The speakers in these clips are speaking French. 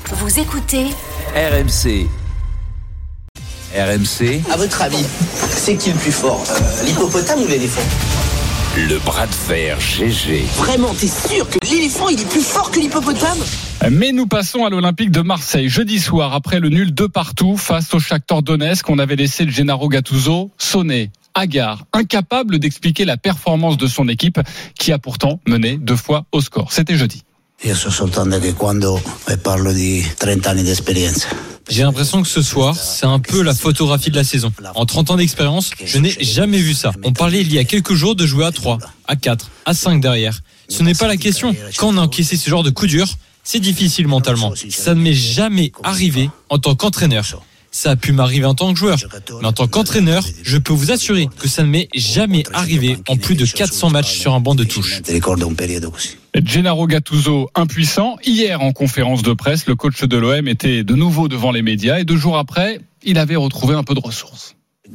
Vous écoutez RMC. RMC. À votre avis, c'est qui le plus fort, l'hippopotame ou l'éléphant ? Le bras de fer GG. Vraiment, t'es sûr que l'éléphant il est plus fort que l'hippopotame ? Mais nous passons à l'Olympique de Marseille. Jeudi soir, après le nul 2-2 face au Shakhtar Donetsk, on avait laissé le Gennaro Gattuso sonner, hagard, incapable d'expliquer la performance de son équipe qui a pourtant mené 2 fois au score. C'était jeudi. Io so soltanto che quando parlo di 30 anni di esperienza. J'ai l'impression que ce soir, c'est un peu la photographie de la saison. En 30 ans d'expérience, je n'ai jamais vu ça. On parlait il y a quelques jours de jouer à 3, à 4, à 5 derrière. Ce n'est pas la question. Quand on a encaissé ce genre de coup dur, c'est difficile mentalement. Ça ne m'est jamais arrivé en tant qu'entraîneur. Ça a pu m'arriver en tant que joueur, mais en tant qu'entraîneur, je peux vous assurer que ça ne m'est jamais arrivé en plus de 400 matchs sur un banc de touche. Gennaro Gattuso impuissant. Hier, en conférence de presse, le coach de l'OM était de nouveau devant les médias et 2 jours après, il avait retrouvé un peu de ressources.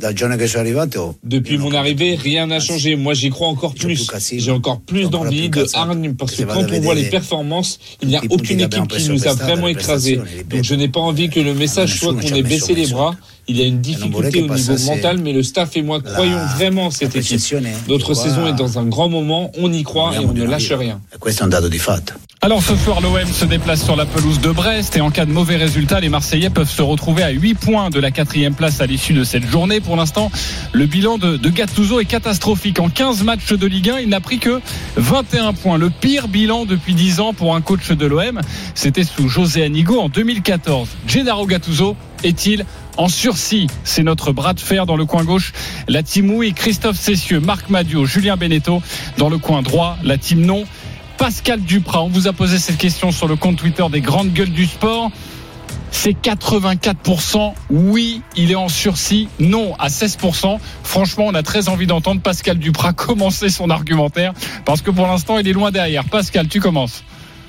Depuis mon arrivée, rien n'a changé. Moi, j'y crois encore plus. J'ai encore plus d'envie, de hargne, parce que quand on voit les performances, il n'y a aucune équipe qui nous a vraiment écrasés. Donc, je n'ai pas envie que le message soit qu'on ait baissé les bras. Il y a une difficulté au niveau mental, mais le staff et moi croyons vraiment cette équipe. Notre saison est dans un grand moment, on y croit et on ne lâche rien. Alors ce soir, l'OM se déplace sur la pelouse de Brest et en cas de mauvais résultat, les Marseillais peuvent se retrouver à 8 points de la 4e place à l'issue de cette journée. Pour l'instant, le bilan de Gattuso est catastrophique. En 15 matchs de Ligue 1, il n'a pris que 21 points. Le pire bilan depuis 10 ans pour un coach de l'OM. C'était sous José Anigo en 2014. Gennaro Gattuso est-il en sursis? C'est notre bras de fer dans le coin gauche. La team oui, Christophe Cessieux, Marc Madiot, Julien Beneteau. Dans le coin droit, la team non, Pascal Duprat. On vous a posé cette question sur le compte Twitter des grandes gueules du sport. C'est 84%. Oui, il est en sursis. Non, à 16%. Franchement, on a très envie d'entendre Pascal Duprat commencer son argumentaire parce que pour l'instant, il est loin derrière. Pascal, tu commences.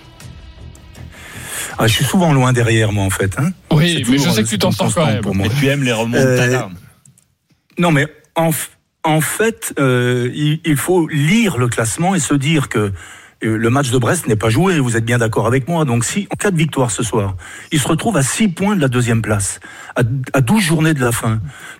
Je suis souvent loin derrière, moi, en fait. Oui, mais je sais que tu t'en sors quand même. Et tu aimes les remontadas. Non, mais en fait, il faut lire le classement et se dire que le match de Brest n'est pas joué. Vous êtes bien d'accord avec moi. Donc, si, en cas de victoire ce soir, il se retrouve à 6 points de la 2e place, à 12 journées de la fin.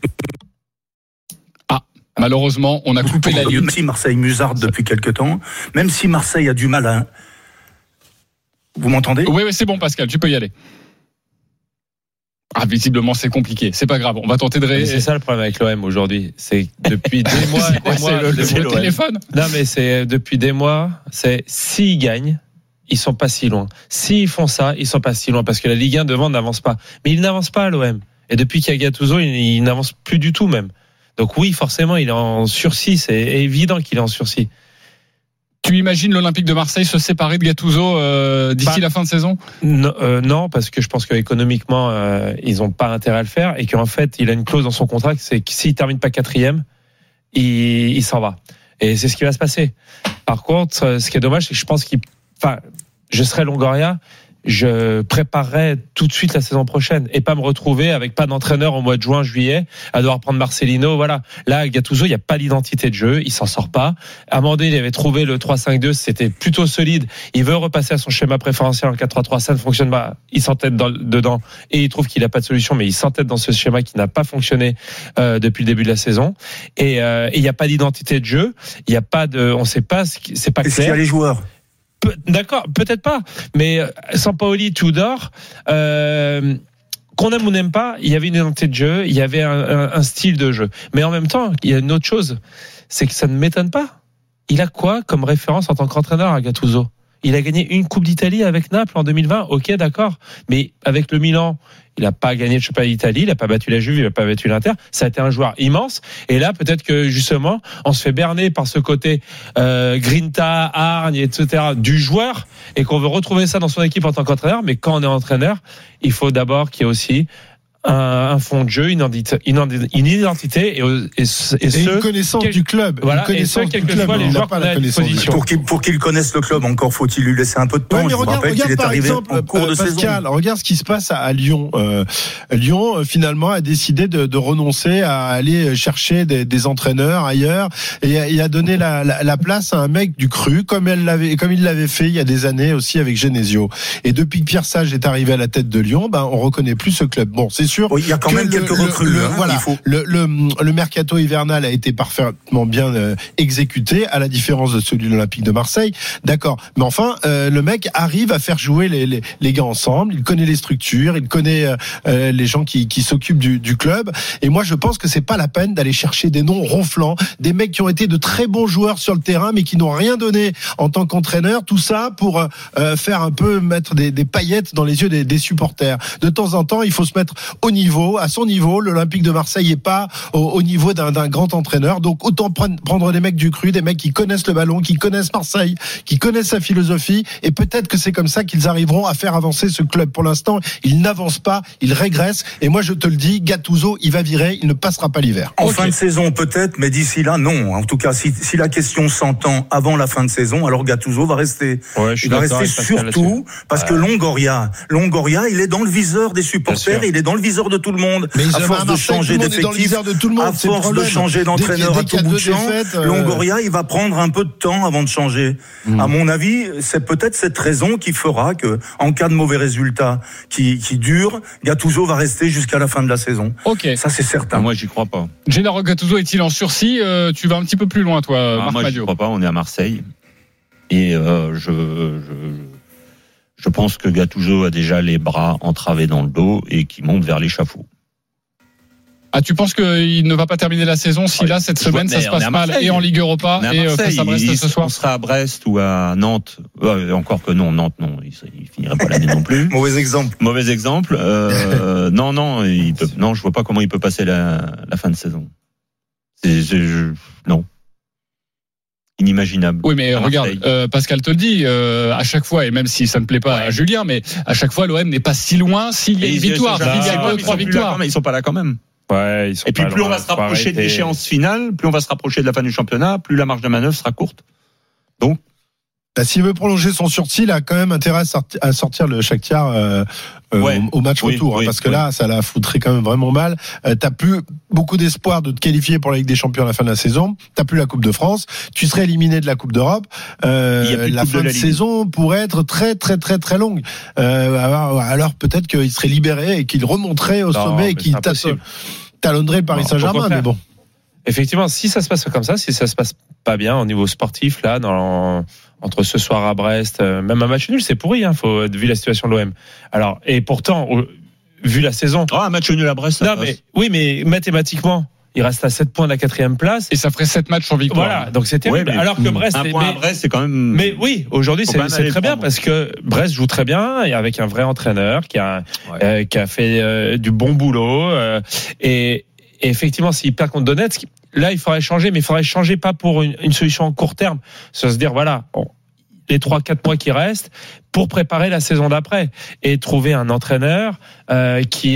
Malheureusement, on a coupé la ligne. Même si Marseille musarde depuis quelques temps, même si Marseille a du mal à... Vous m'entendez ? Oui, c'est bon, Pascal, tu peux y aller. Visiblement, c'est compliqué. C'est pas grave, on va tenter de... C'est ça le problème avec l'OM aujourd'hui. C'est depuis des mois... c'est le téléphone ? Non, mais c'est depuis des mois, c'est s'ils gagnent, ils sont pas si loin. S'ils font ça, ils sont pas si loin, parce que la Ligue 1 devant n'avance pas. Mais il n'avance pas à l'OM. Et depuis qu'il y a Gattuso, il n'avance plus du tout même. Donc oui, forcément, il est en sursis. C'est évident qu'il est en sursis. Tu imagines l'Olympique de Marseille se séparer de Gattuso d'ici la fin de saison ? Non, parce que je pense qu'économiquement, ils n'ont pas intérêt à le faire et qu'en fait, il a une clause dans son contrat, c'est que s'il ne termine pas 4e, il s'en va. Et c'est ce qui va se passer. Par contre, ce qui est dommage, c'est que je pense je serais Longoria, je préparerais tout de suite la saison prochaine et pas me retrouver avec pas d'entraîneur au mois de juin, juillet, à devoir prendre Marcelino. Voilà. Là, Gattuso, il n'y a pas d'identité de jeu, il s'en sort pas. Amandé, il avait trouvé le 3-5-2, c'était plutôt solide. Il veut repasser à son schéma préférentiel en 4-3-3, ça ne fonctionne pas. Il s'entête dedans et il trouve qu'il n'a pas de solution, mais il s'entête dans ce schéma qui n'a pas fonctionné depuis le début de la saison. Et il n'y a pas d'identité de jeu, il n'y a pas de, on sait pas, c'est pas clair. Est-ce qu'il y a les joueurs? D'accord, peut-être pas, mais Sampaoli, Tudor, qu'on aime ou n'aime pas, il y avait une identité de jeu, il y avait un style de jeu. Mais en même temps, il y a une autre chose, c'est que ça ne m'étonne pas. Il a quoi comme référence en tant qu'entraîneur à Gattuso ? Il a gagné une Coupe d'Italie avec Naples en 2020, ok, d'accord. Mais avec le Milan, il n'a pas gagné le championnat d'Italie, il n'a pas battu la Juve, il n'a pas battu l'Inter. Ça a été un joueur immense. Et là, peut-être que justement, on se fait berner par ce côté grinta, hargne, etc. du joueur, et qu'on veut retrouver ça dans son équipe en tant qu'entraîneur. Mais quand on est entraîneur, il faut d'abord qu'il y ait aussi un fond de jeu, une identité et une connaissance du club. Voilà, et ce, quel que soit les joueurs qu'on a à disposition. Pour qu'il connaisse le club, encore faut-il lui laisser un peu de temps. Je regarde qu'il est par arrivé exemple, en cours de Pascal, saison. Regarde ce qui se passe à Lyon. Lyon, finalement, a décidé de renoncer à aller chercher des entraîneurs ailleurs et a donné la place à un mec du cru, comme il l'avait fait il y a des années aussi avec Genesio. Et depuis que Pierre Sage est arrivé à la tête de Lyon, on reconnaît plus ce club. Bon, c'est sûr. Il y a quand même quelques recrues. Voilà. Le mercato hivernal a été parfaitement bien exécuté, à la différence de celui de l'Olympique de Marseille. D'accord. Mais enfin, le mec arrive à faire jouer les gars ensemble. Il connaît les structures, il connaît les gens qui s'occupent du club. Et moi, je pense que c'est pas la peine d'aller chercher des noms ronflants, des mecs qui ont été de très bons joueurs sur le terrain, mais qui n'ont rien donné en tant qu'entraîneur. Tout ça pour faire un peu mettre des paillettes dans les yeux des supporters. De temps en temps, il faut se mettre à son niveau. L'Olympique de Marseille n'est pas au niveau d'un grand entraîneur. Donc autant prendre des mecs du cru, des mecs qui connaissent le ballon, qui connaissent Marseille, qui connaissent sa philosophie, et peut-être que c'est comme ça qu'ils arriveront à faire avancer ce club. Pour l'instant, il n'avance pas, il régresse, et moi je te le dis, Gattuso, il va virer, il ne passera pas l'hiver. En fin de saison peut-être, mais d'ici là non. En tout cas, si la question s'entend avant la fin de saison, alors Gattuso va rester. Il va rester surtout parce que Longoria, il est dans le viseur des supporters, il est dans le viseur de tout le monde. Mais à force de changer d'effectif, à force de changer d'entraîneur à tout bout de champ, Longoria, il va prendre un peu de temps avant de changer. À mon avis, c'est peut-être cette raison qui fera que, en cas de mauvais résultats qui durent, Gattuso va rester jusqu'à la fin de la saison. Ça, c'est certain. Moi, j'y crois pas. Gennaro Gattuso est-il en sursis? Tu vas un petit peu plus loin, toi, Marc Moi, Madio. j'y crois pas. On est à Marseille. Et je pense que Gattuso a déjà les bras entravés dans le dos et qu'il monte vers l'échafaud. Ah, tu penses qu'il ne va pas terminer la saison si là, cette semaine, ça se passe mal et en Ligue Europa et face à Brest ce soir? On sera à Brest ou à Nantes. Encore que non, Nantes, non. Il finirait pas l'année non plus. Mauvais exemple. Non, je vois pas comment il peut passer la fin de saison. Non. Inimaginable. Oui, mais regarde, Pascal te le dit, à chaque fois, et même si ça ne plaît pas à Julien, mais à chaque fois, l'OM n'est pas si loin s'il y a une victoire. S'il y a 2-3 victoires. Ils sont pas là quand même. Ouais, et puis plus on va se rapprocher de l'échéance finale, plus on va se rapprocher de la fin du championnat, plus la marge de manœuvre sera courte. Donc, s'il veut prolonger son sursis, il a quand même intérêt à sortir le Shakhtar au match retour, parce que là, ça la foutrait quand même vraiment mal. T'as plus beaucoup d'espoir de te qualifier pour la Ligue des Champions à la fin de la saison. T'as plus la Coupe de France. Tu serais éliminé de la Coupe d'Europe. La fin de saison pourrait être très très très très longue. Alors peut-être qu'il serait libéré et qu'il remonterait au sommet et qu'il talonnerait le Paris Saint-Germain. Mais bon. Effectivement, si ça se passe comme ça, si ça se passe pas bien au niveau sportif, là, entre ce soir à Brest, même un match nul, c'est pourri, vu la situation de l'OM. Alors, et pourtant, vu la saison. Un match nul à Brest, ça passe. Mais mathématiquement, il reste à 7 points de la 4e place. Et ça ferait 7 matchs en victoire. Voilà, donc c'est terrible. Alors que Brest. Un point à Brest, c'est quand même. Mais oui, aujourd'hui, c'est très bien parce que Brest joue très bien et avec un vrai entraîneur qui a fait du bon boulot. Et effectivement, s'il perd contre Donetsk, là, il faudrait changer, mais il faudrait changer pas pour une solution en court terme. C'est se dire, voilà, les 3-4 mois qui restent pour préparer la saison d'après et trouver un entraîneur qui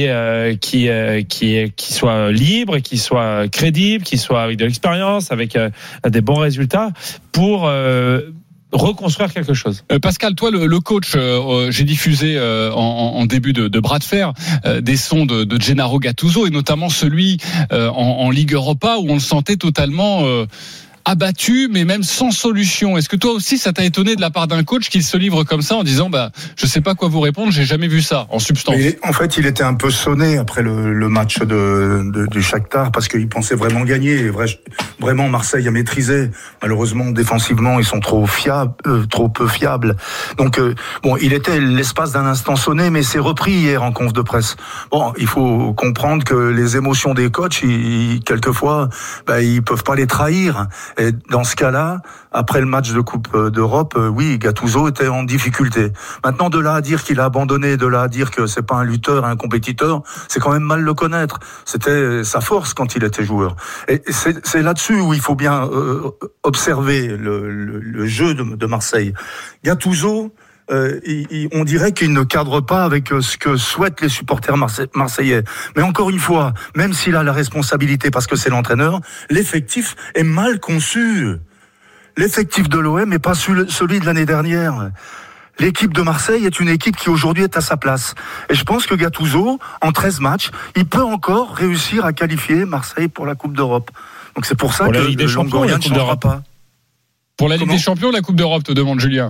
soit libre, qui soit crédible, qui soit avec de l'expérience, avec des bons résultats pour reconstruire quelque chose. Pascal, toi, le coach, j'ai diffusé en début de bras de fer des sons de Gennaro Gattuso et notamment celui en Ligue Europa où on le sentait totalement abattu, mais même sans solution. Est-ce que toi aussi, ça t'a étonné de la part d'un coach qui se livre comme ça en disant, je sais pas quoi vous répondre, j'ai jamais vu ça, en substance? En fait, il était un peu sonné après le match du Shakhtar parce qu'il pensait vraiment gagner. Et vraiment, Marseille a maîtrisé. Malheureusement, défensivement, ils sont trop peu fiables. Donc, il était l'espace d'un instant sonné, mais c'est repris hier en conf de presse. Bon, il faut comprendre que les émotions des coachs, quelquefois, ils peuvent pas les trahir. Et dans ce cas-là, après le match de Coupe d'Europe, oui, Gattuso était en difficulté. Maintenant, de là à dire qu'il a abandonné, de là à dire que c'est pas un lutteur, un compétiteur, c'est quand même mal le connaître. C'était sa force quand il était joueur. Et c'est là-dessus où il faut bien observer le jeu de Marseille. Gattuso, on dirait qu'il ne cadre pas avec ce que souhaitent les supporters marseillais. Mais encore une fois, même s'il a la responsabilité parce que c'est l'entraîneur, l'effectif est mal conçu. L'effectif de l'OM n'est pas celui de l'année dernière. L'équipe de Marseille est une équipe qui aujourd'hui est à sa place. Et je pense que Gattuso, en 13 matchs, il peut encore réussir à qualifier Marseille pour la Coupe d'Europe. Donc c'est pour ça que Longoria ne changera pas. Pour la Ligue des Champions, la Coupe d'Europe, te demande Julien.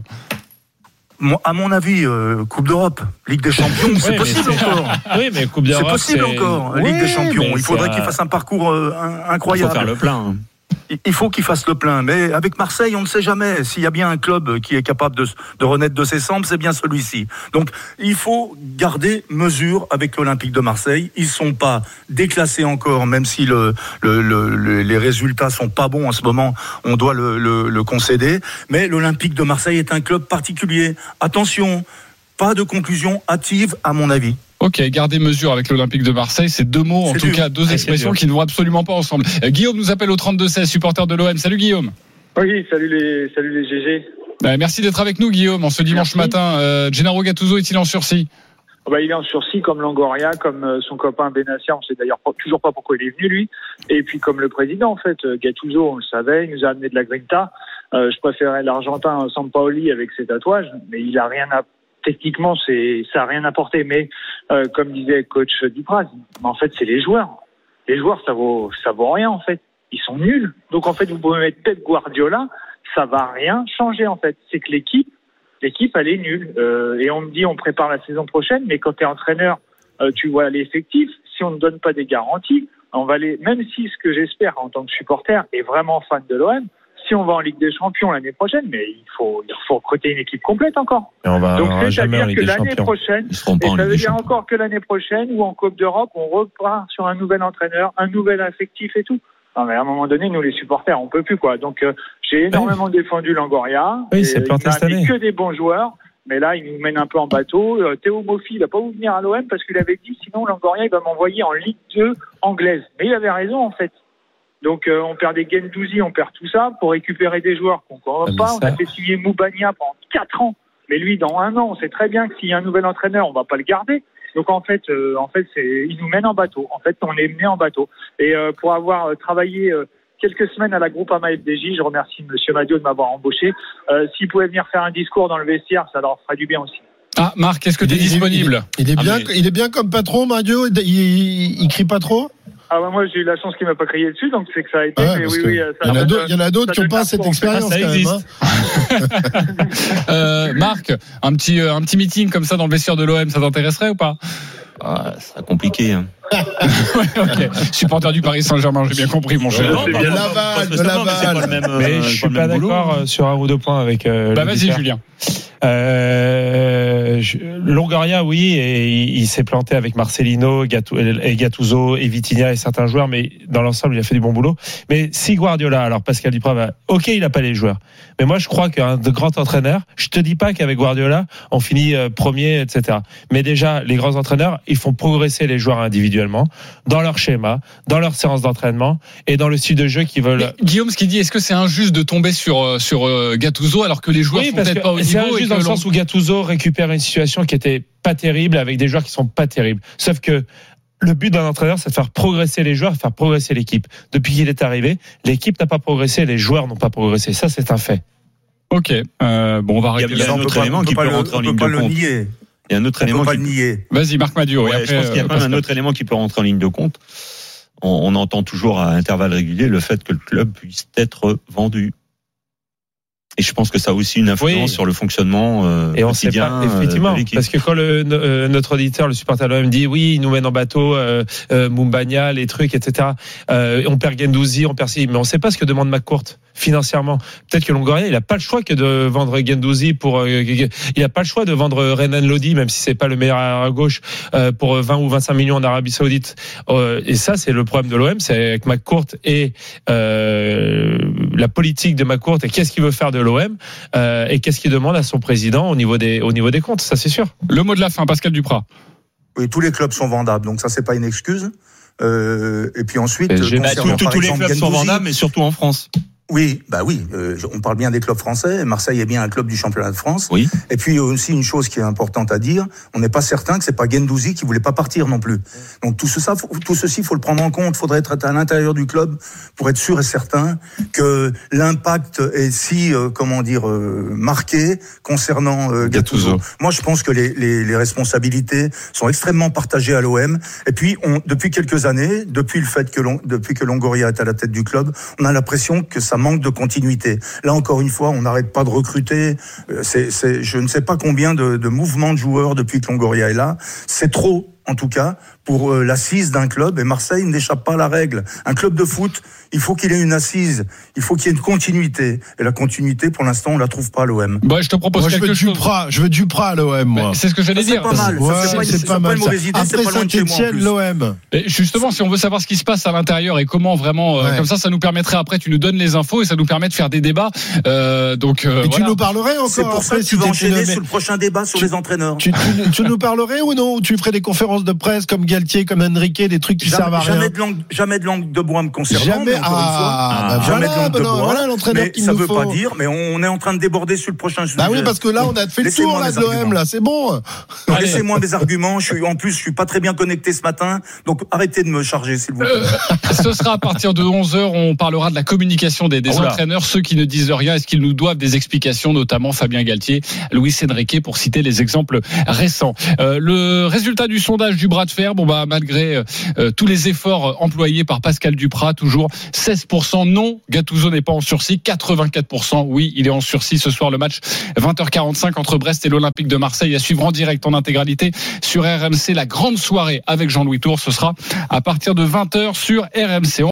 À mon avis, Coupe d'Europe, Ligue des Champions, c'est possible encore. Oui, mais Coupe d'Europe, c'est possible encore. Ligue des Champions, il faudrait qu'il fasse un parcours incroyable. Il faut faire le plein. Il faut qu'il fasse le plein. Mais avec Marseille, on ne sait jamais. S'il y a bien un club qui est capable de renaître de ses cendres, c'est bien celui-ci. Donc, il faut garder mesure avec l'Olympique de Marseille. Ils sont pas déclassés encore, même si les résultats sont pas bons en ce moment. On doit le concéder. Mais l'Olympique de Marseille est un club particulier. Attention, pas de conclusion hâtive, à mon avis. Ok, garder mesure avec l'Olympique de Marseille, c'est deux mots, en tout cas deux expressions qui ne vont absolument pas ensemble. Guillaume nous appelle au 32-16, supporter de l'OM. Salut Guillaume. Oui, salut les GG. Merci d'être avec nous Guillaume, en ce dimanche matin. Gennaro Gattuso est-il en sursis ? Il est en sursis comme Longoria, comme son copain Benassia. On sait d'ailleurs toujours pas pourquoi il est venu lui. Et puis comme le président en fait, Gattuso, on le savait, il nous a amené de la grinta. Je préférais l'Argentin Sampaoli avec ses tatouages, mais il a rien à... Techniquement, ça n'a rien apporté, mais comme disait coach Dupraz, en fait, c'est les joueurs. Les joueurs, ça vaut rien en fait. Ils sont nuls. Donc en fait, vous pouvez mettre Pep Guardiola, ça va rien changer en fait. C'est que l'équipe, elle est nulle. Et on me dit, on prépare la saison prochaine, mais quand tu es entraîneur, tu vois l'effectif. Si on ne donne pas des garanties, on va même si ce que j'espère en tant que supporter est vraiment fan de l'OM. Si on va en Ligue des Champions l'année prochaine, mais il faut recruter une équipe complète encore. Donc c'est-à-dire que l'année prochaine, et ça veut dire encore que l'année prochaine ou en Coupe d'Europe, on repart sur un nouvel entraîneur, un nouvel effectif et tout. Non, mais à un moment donné, nous les supporters, on peut plus quoi. Donc j'ai énormément défendu Longoria. Oui, c'est planté cette année. Que des bons joueurs. Mais là, il nous mène un peu en bateau. Théo Moffi, il n'a pas voulu venir à l'OM parce qu'il avait dit sinon Longoria, il va m'envoyer en Ligue 2 anglaise. Mais il avait raison en fait. Donc on perd des Guendouzi, on perd tout ça pour récupérer des joueurs qu'on ne connaît pas. On a fait signer Moubania pendant 4 ans. Mais lui, dans 1 an, on sait très bien que s'il y a un nouvel entraîneur, on ne va pas le garder. Donc en fait, il nous mène en bateau. En fait, on est mené en bateau. Et pour avoir travaillé quelques semaines à la Groupama FDJ, je remercie Monsieur Madio de m'avoir embauché. S'il pouvait venir faire un discours dans le vestiaire, ça leur ferait du bien aussi. Ah, Marc, est-ce que tu es disponible ? Il est bien comme patron, Madio. Il crie pas trop ? Ah moi j'ai eu la chance qu'il m'a pas crié dessus, donc c'est que ça a été. Ouais, oui, il y en a d'autres qui n'ont pas cette expérience quand même. Marc, un petit meeting comme ça dans le vestiaire de l'OM, ça t'intéresserait ou pas ? C'est compliqué. Ok. Supporter du Paris Saint-Germain, j'ai bien compris, mon cher. De Laval. Mais je suis pas d'accord sur un ou deux points avec. Vas-y, Julien. Longoria, oui, et il s'est planté avec Marcelino, Gattuso et Vitinha et certains joueurs, mais dans l'ensemble, il a fait du bon boulot. Mais si Guardiola, alors Pascal Dupraz, ok, il n'a pas les joueurs, mais moi je crois qu'un grand entraîneur, je te dis pas qu'avec Guardiola, on finit premier, etc. Mais déjà, les grands entraîneurs, ils font progresser les joueurs individuellement, dans leur schéma, dans leur séance d'entraînement et dans le style de jeu qu'ils veulent. Mais Guillaume, ce qu'il dit, est-ce que c'est injuste de tomber sur Gattuso alors que les joueurs sont peut-être pas au niveau? C'est injuste dans le sens où Gattuso récupère une situation qui était pas terrible avec des joueurs qui sont pas terribles. Sauf que le but d'un entraîneur, c'est de faire progresser les joueurs, de faire progresser l'équipe. Depuis qu'il est arrivé, l'équipe n'a pas progressé, les joueurs n'ont pas progressé. Ça, c'est un fait. Ok. On va arrêter. Il y a un autre élément qui peut rentrer en ligne de compte. Il y a un autre élément qui nier. Vas-y, Marc Madiot. Je pense qu'il y a quand même un autre élément qui peut rentrer en ligne de compte. On entend toujours à intervalles réguliers le fait que le club puisse être vendu. Et je pense que ça a aussi une influence sur le fonctionnement et on sait pas effectivement parce que quand notre auditeur, le supporter de l'OM dit oui, il nous mène en bateau, Moumbagna, les trucs, etc. On perd Guendouzi, on perd mais on sait pas ce que demande McCourt financièrement. Peut-être que Longoria, il a pas le choix que de vendre Guendouzi il a pas le choix de vendre Renan Lodi, même si c'est pas le meilleur à gauche, pour 20 ou 25 millions en Arabie Saoudite. Et ça, c'est le problème de l'OM, c'est avec McCourt et la politique de McCourt et qu'est-ce qu'il veut faire de l'OM et qu'est-ce qu'il demande à son président au niveau des comptes, ça c'est sûr. Le mot de la fin, Pascal Dupraz. Oui, tous les clubs sont vendables, donc ça c'est pas une excuse. Et puis ensuite, tous les clubs sont vendables, mais surtout en France. Oui, on parle bien des clubs français. Marseille est bien un club du championnat de France. Oui. Et puis aussi une chose qui est importante à dire, on n'est pas certain que c'est pas Guendouzi qui voulait pas partir non plus. Donc tout ceci, faut le prendre en compte. Faudrait être à l'intérieur du club pour être sûr et certain que l'impact est si marqué concernant Gattuso. Moi, je pense que les responsabilités sont extrêmement partagées à l'OM. Et puis depuis quelques années, depuis que Longoria est à la tête du club, on a l'impression que ça manque de continuité. Là, encore une fois, on n'arrête pas de recruter. Je ne sais pas combien de mouvements de joueurs depuis que Longoria est là. C'est trop, en tout cas, pour l'assise d'un club. Et Marseille n'échappe pas à la règle. Un club de foot, il faut qu'il ait une assise. Il faut qu'il y ait une continuité. Et la continuité, pour l'instant, on la trouve pas à l'OM. Je te propose quelque chose. Je veux Duprat à l'OM, moi. C'est ce que j'allais dire. C'est pas mal. C'est pas mal. Après Saint-Etienne, l'OM. Justement, si on veut savoir ce qui se passe à l'intérieur et comment vraiment, comme ça nous permettrait après, tu nous donnes les infos et ça nous permet de faire des débats. Tu nous parlerais encore. C'est pour ça que tu vas enchaîner sur le prochain débat sur les entraîneurs. Tu nous parlerais ou non? Ou tu ferais des conférences de presse comme Galtier, comme Enrique, des trucs qui servent à rien? Jamais de langue de bois me concernant. Jamais. Jamais de langue de bois. Voilà l'entraîneur mais qu'il ça nous veut faut. pas dire, mais on est en train de déborder sur le prochain sujet. Oui, parce que là, on a fait le tour là, de l'OM, là, c'est bon. Laissez-moi mes arguments. Je suis pas très bien connecté ce matin, donc arrêtez de me charger, s'il vous plaît. Ce sera à partir de 11h. On parlera de la communication des entraîneurs, ceux qui ne disent rien. Est-ce qu'ils nous doivent des explications, notamment Fabien Galtier, Luis Enrique, pour citer les exemples récents. Le résultat du sondage du bras de fer, malgré tous les efforts employés par Pascal Duprat, toujours 16% non, Gattuso n'est pas en sursis, 84% oui, il est en sursis. Ce soir, le match 20h45 entre Brest et l'Olympique de Marseille à suivre en direct en intégralité sur RMC. La grande soirée avec Jean-Louis Tour, ce sera à partir de 20h sur RMC.